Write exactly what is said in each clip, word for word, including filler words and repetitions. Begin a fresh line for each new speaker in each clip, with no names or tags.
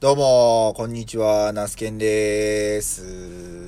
どうも、こんにちは、ナスケンです。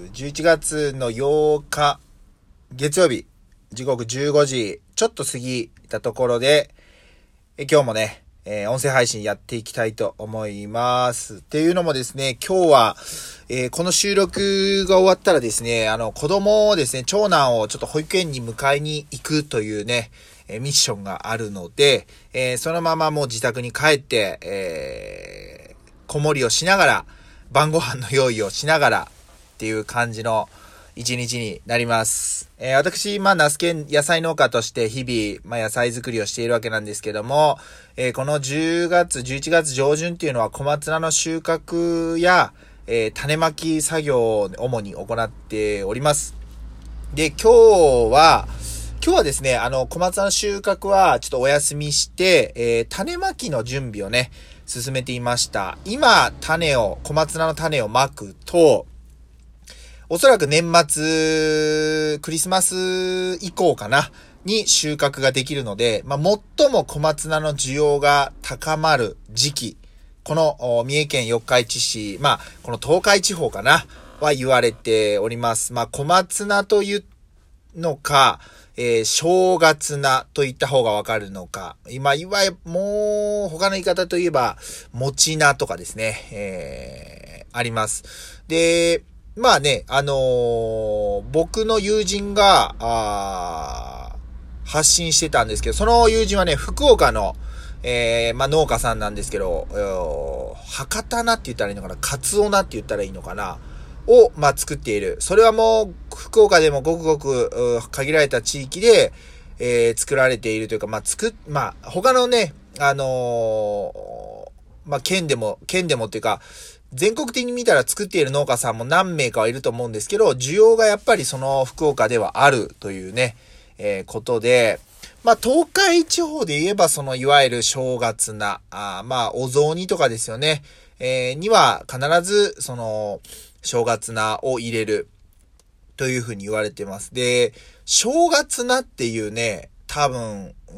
じゅういちがつのようか、月曜日、時刻じゅうごじ、ちょっと過ぎたところで、え今日もね、えー、音声配信やっていきたいと思います。っていうのもですね、今日は、えー、この収録が終わったらですね、あの、子供をですね、長男をちょっと保育園に迎えに行くというね、えー、ミッションがあるので、えー、そのままもう自宅に帰って、えー、子守りをしながら、晩ご飯の用意をしながらっていう感じの一日になります。えー、私、まあ、ナスケン野菜農家として日々、まあ、野菜作りをしているわけなんですけども、えー、このじゅうがつ、じゅういちがつ上旬っていうのは小松菜の収穫や、えー、種まき作業を主に行っております。で、今日は、今日はですね、あの、小松菜の収穫はちょっとお休みして、えー、種まきの準備をね、進めていました。今、種を、小松菜の種をまくと、おそらく年末、クリスマス以降かな、に収穫ができるので、まあ、最も小松菜の需要が高まる時期、この三重県四日市市、まあ、この東海地方かな、は言われております。まあ、小松菜というのか、えー、正月菜と言った方がわかるのか。今、いわゆる、もう、他の言い方といえば、餅菜とかですね、えー、あります。で、まあね、あのー、僕の友人が、あ発信してたんですけど、その友人はね、福岡の、えー、まあ農家さんなんですけど、博多菜って言ったらいいのかな、カツオ菜って言ったらいいのかな、を、まあ、作っている。それはもう、福岡でもごくごく、限られた地域で、えー、作られているというか、まあ、作っ、まあ、他のね、あのー、まあ、県でも、県でもっていうか、全国的に見たら作っている農家さんも何名かはいると思うんですけど、需要がやっぱりその福岡ではあるというね、えー、ことで、まあ、東海地方で言えば、その、いわゆる正月菜、あまあ、お雑煮とかですよね、えー、には必ず、その、正月菜を入れるというふうに言われてます。で、正月菜っていうね、多分、うん、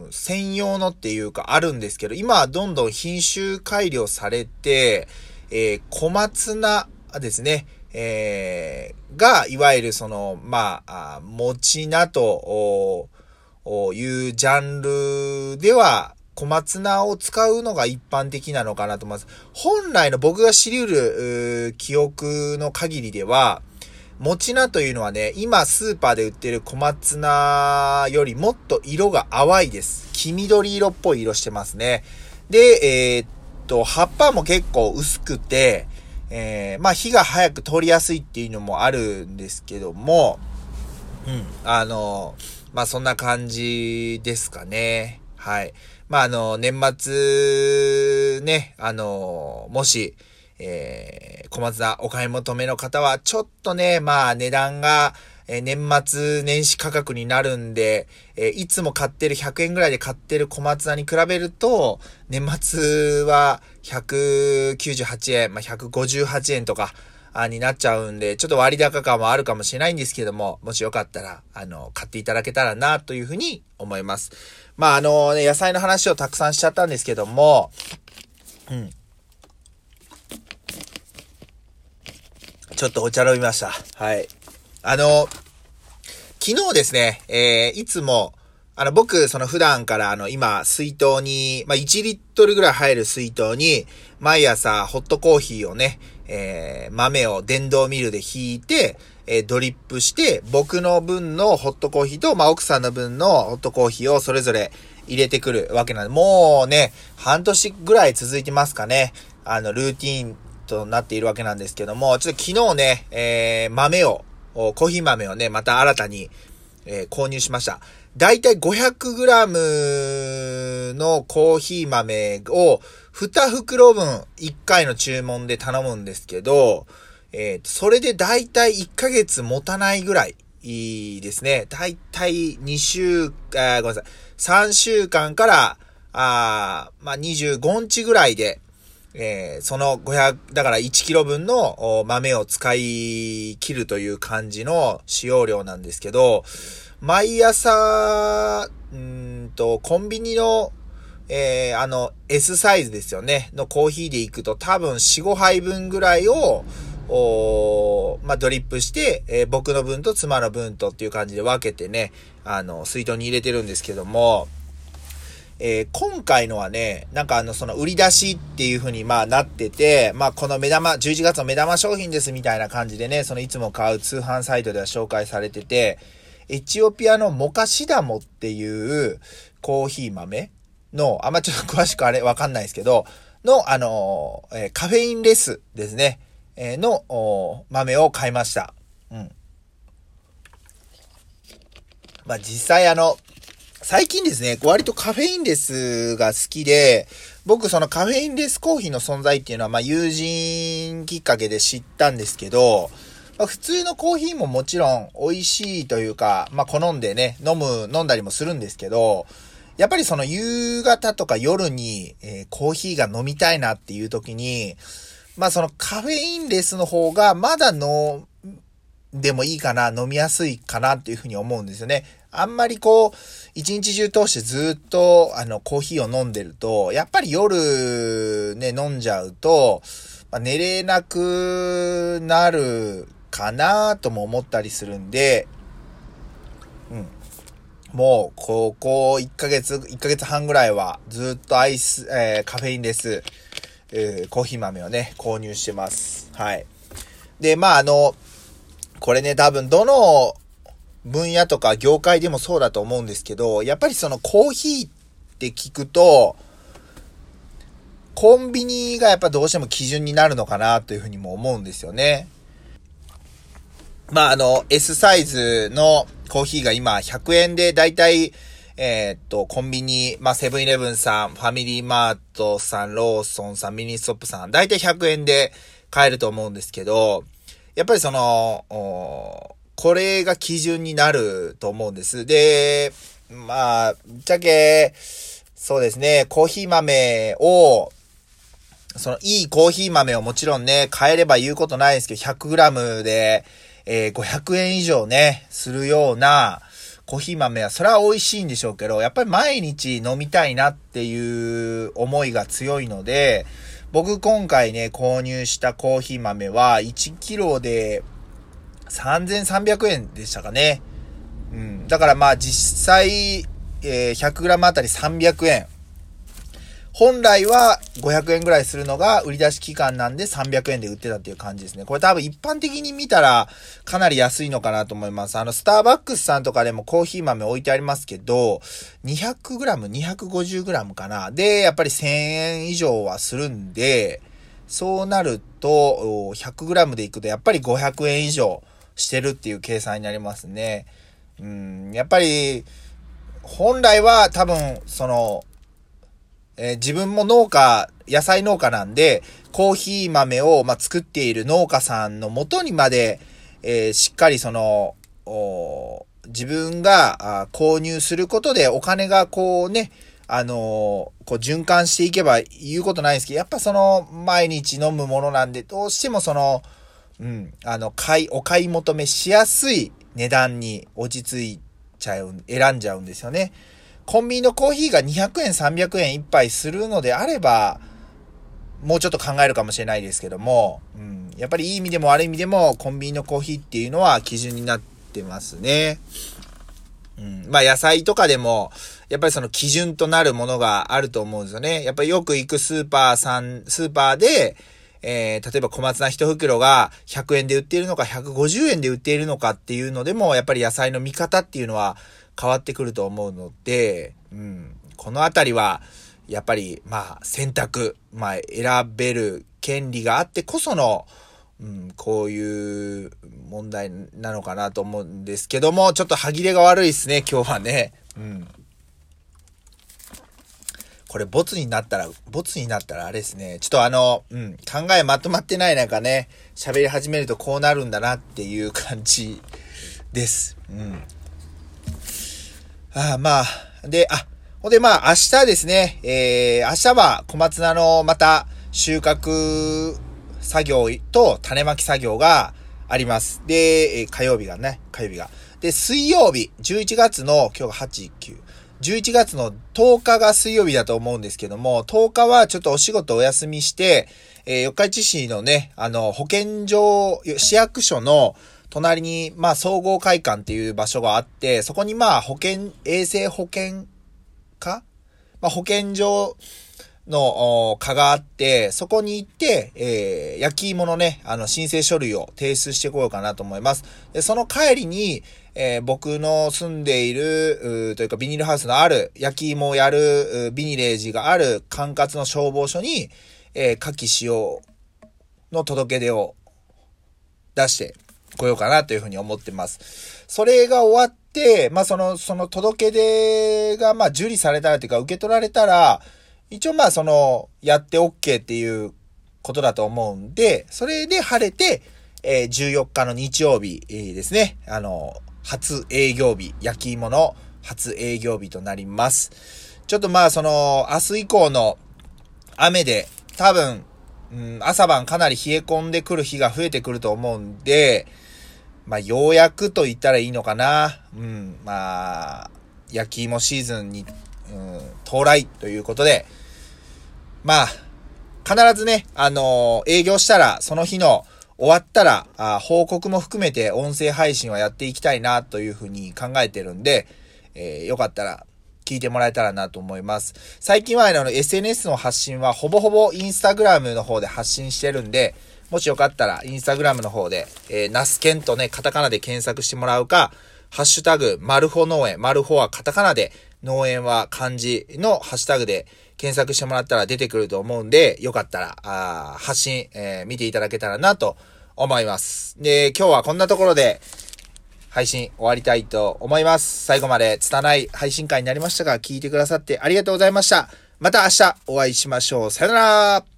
専用のっていうかあるんですけど、今はどんどん品種改良されて、えー、小松菜ですね、えー、が、いわゆるその、まあ、餅菜というジャンルでは、小松菜を使うのが一般的なのかなと思います。本来の僕が知り得る記憶の限りでは、餅菜というのはね、今スーパーで売ってる小松菜よりもっと色が淡いです。黄緑色っぽい色してますね。で、えー、っと、葉っぱも結構薄くて、えー、まあ火が早く通りやすいっていうのもあるんですけども、うん、あの、まあそんな感じですかね。はい。まあ、あの、年末、ね、あの、もし、えー、小松菜お買い求めの方は、ちょっとね、まあ、値段が、えー、年末年始価格になるんで、えー、いつも買ってるひゃくえんぐらいで買ってる小松菜に比べると、年末はひゃくきゅうじゅうはちえん、まあ、ひゃくごじゅうはちえんとか、あになっちゃうんで、ちょっと割高感はあるかもしれないんですけども、もしよかったら、あの、買っていただけたらな、というふうに思います。まあ、あのね、野菜の話をたくさんしちゃったんですけども、うん。ちょっとお茶飲みました。はい。あの、昨日ですね、えー、いつも、あの、僕、その普段から、あの、今、水筒に、まあ、いちリットルぐらい入る水筒に、毎朝、ホットコーヒーをね、えー、豆を電動ミルでひいて、えー、ドリップして、僕の分のホットコーヒーと、まあ、奥さんの分のホットコーヒーをそれぞれ入れてくるわけなんで、もうね、半年ぐらい続いてますかね。あの、ルーティーンとなっているわけなんですけども、ちょっと昨日ね、えー、豆を、コーヒー豆をね、また新たに、えー、購入しました。だいたい ごひゃくグラム のコーヒー豆をにふくろぶんいっかいの注文で頼むんですけど、えー、それでだいたいいっかげつ持たないぐらいいいですね。だいたいにしゅうかん、ごめんなさい、さんしゅうかんから、あまあ、にじゅうごにちぐらいで、えー、そのごひゃく、だからいちキロぶんの豆を使い切るという感じの使用量なんですけど、毎朝、うーんと、コンビニのえー、あの、S サイズですよね。のコーヒーでいくと多分よん、ごはいぶんぐらいを、おまあ、ドリップして、えー、僕の分と妻の分とっていう感じで分けてね、あの、水筒に入れてるんですけども、えー、今回のはね、なんかあの、その売り出しっていう風にまあなってて、まあこの目玉、じゅういちがつの目玉商品ですみたいな感じでね、そのいつも買う通販サイトでは紹介されてて、エチオピアのモカシダモっていうコーヒー豆の、あんまちょっと詳しくあれわかんないですけど、の、あのー、えー、カフェインレスですね、えー、の豆を買いました。うん。まあ実際あの、最近ですね、割とカフェインレスが好きで、僕そのカフェインレスコーヒーの存在っていうのは、まあ友人きっかけで知ったんですけど、まあ、普通のコーヒーももちろん美味しいというか、まあ好んでね、飲む、飲んだりもするんですけど、やっぱりその夕方とか夜に、えー、コーヒーが飲みたいなっていう時に、まあそのカフェインレスの方がまだ飲でもいいかな、飲みやすいかなっていうふうに思うんですよね。あんまりこう、一日中通してずっと、あの、コーヒーを飲んでると、やっぱり夜ね、飲んじゃうと、まあ、寝れなくなるかなとも思ったりするんで、うん。もう、ここいっかげつ、いっかげつはんぐらいは、ずっとアイス、えー、カフェインレス、えー、コーヒー豆をね、購入してます。はい。で、まあ、あの、これね、多分どの分野とか業界でもそうだと思うんですけど、やっぱりそのコーヒーって聞くと、コンビニがやっぱどうしても基準になるのかなというふうにも思うんですよね。まあ、あの、S サイズのコーヒーが今ひゃくえんでだいたい、えー、っと、コンビニ、まあ、セブンイレブンさん、ファミリーマートさん、ローソンさん、ミニストップさん、だいたいひゃくえんで買えると思うんですけど、やっぱりその、これが基準になると思うんです。で、まあ、ぶっちゃけ、そうですね、コーヒー豆を、そのいいコーヒー豆をもちろんね、買えれば言うことないですけど、ひゃくグラム で、えー、ごひゃくえん以上ね、するようなコーヒー豆は、それは美味しいんでしょうけど、やっぱり毎日飲みたいなっていう思いが強いので、僕今回ね、購入したコーヒー豆はいちキロでさんぜんさんびゃくえんでしたかね。うん。だからまあ実際、えー、ひゃくグラム あたりさんびゃくえん。本来はごひゃくえんぐらいするのが売り出し期間なんでさんびゃくえんで売ってたっていう感じですね。これ多分一般的に見たらかなり安いのかなと思います。あのスターバックスさんとかでもコーヒー豆置いてありますけど、にひゃくグラム、にひゃくごじゅうグラム かな。で、やっぱりせんえん以上はするんで、そうなると ひゃくグラム でいくとやっぱりごひゃくえん以上してるっていう計算になりますね。うん、やっぱり本来は多分そのえー、自分も農家、野菜農家なんで、コーヒー豆を、まあ、作っている農家さんの元にまで、えー、しっかりその、自分があ購入することでお金がこうね、あのー、こう循環していけば言うことないんですけど、やっぱその毎日飲むものなんで、どうしてもその、うん、あの、買い、お買い求めしやすい値段に落ち着いちゃう、選んじゃうんですよね。コンビニのコーヒーがにひゃくえん、さんびゃくえん一杯するのであれば、もうちょっと考えるかもしれないですけども、うん、やっぱりいい意味でも悪い意味でも、コンビニのコーヒーっていうのは基準になってますね。うん、まあ野菜とかでも、やっぱりその基準となるものがあると思うんですよね。やっぱりよく行くスーパーさん、スーパーで、えー、例えば小松菜一袋がひゃくえんで売っているのかひゃくごじゅうえんで売っているのかっていうのでも、やっぱり野菜の見方っていうのは変わってくると思うので、うん、このあたりは、やっぱり、まあ、選択、まあ、選べる権利があってこその、うん、こういう問題なのかなと思うんですけども、ちょっと歯切れが悪いですね、今日はね。うん。これ、ボツになったら、ボツになったらあれですね。ちょっとあの、うん、考えまとまってない中ね、喋り始めるとこうなるんだなっていう感じです。うん。ああ、まあ、で、あ、ほんでまあ明日ですね、えー、明日は小松菜のまた収穫作業と種まき作業があります。で、火曜日がね、火曜日が。で、水曜日、じゅういちがつの今日がはち、きゅう、 じゅういちがつのとおかが水曜日だと思うんですけども、とおかはちょっとお仕事お休みして、えー、四日市市のね、あの、保健所、市役所の隣に、まあ、総合会館っていう場所があって、そこにまあ、保健、衛生保健課まあ、保健所の課があって、そこに行って、えー、焼き芋のね、あの、申請書類を提出してこようかなと思います。で、その帰りに、えー、僕の住んでいる、というかビニールハウスのある、焼き芋をやる、ビニレージがある管轄の消防署に、えー、火器使用の届け出を出してこようかなというふうに思ってます。それが終わって、まあ、その、その届け出が、まあ、受理されたらというか、受け取られたら、一応まあその、やって OK っていうことだと思うんで、それで晴れて、えー、じゅうよっかの日曜日、えー、ですね、あの、初営業日、焼き芋の初営業日となります。ちょっとまあその、明日以降の雨で、多分、うん、朝晩かなり冷え込んでくる日が増えてくると思うんで、まあようやくと言ったらいいのかな。うん、まあ、焼き芋シーズンに、うん、到来ということで、まあ、必ずね、あのー、営業したら、その日の終わったら、あ報告も含めて音声配信はやっていきたいなというふうに考えてるんで、えー、よかったら聞いてもらえたらなと思います。最近はあの エスエヌエス の発信はほぼほぼインスタグラムの方で発信してるんで、もしよかったらインスタグラムの方で、えー、ナスケンとね、カタカナで検索してもらうか、ハッシュタグ、マルホ農園、マルホはカタカナで、農園は漢字のハッシュタグで検索してもらったら出てくると思うんで、よかったら、あ発信、えー、見ていただけたらなと思います。で、今日はこんなところで配信終わりたいと思います。最後まで拙い配信会になりましたが、聞いてくださってありがとうございました。また明日お会いしましょう。さよなら。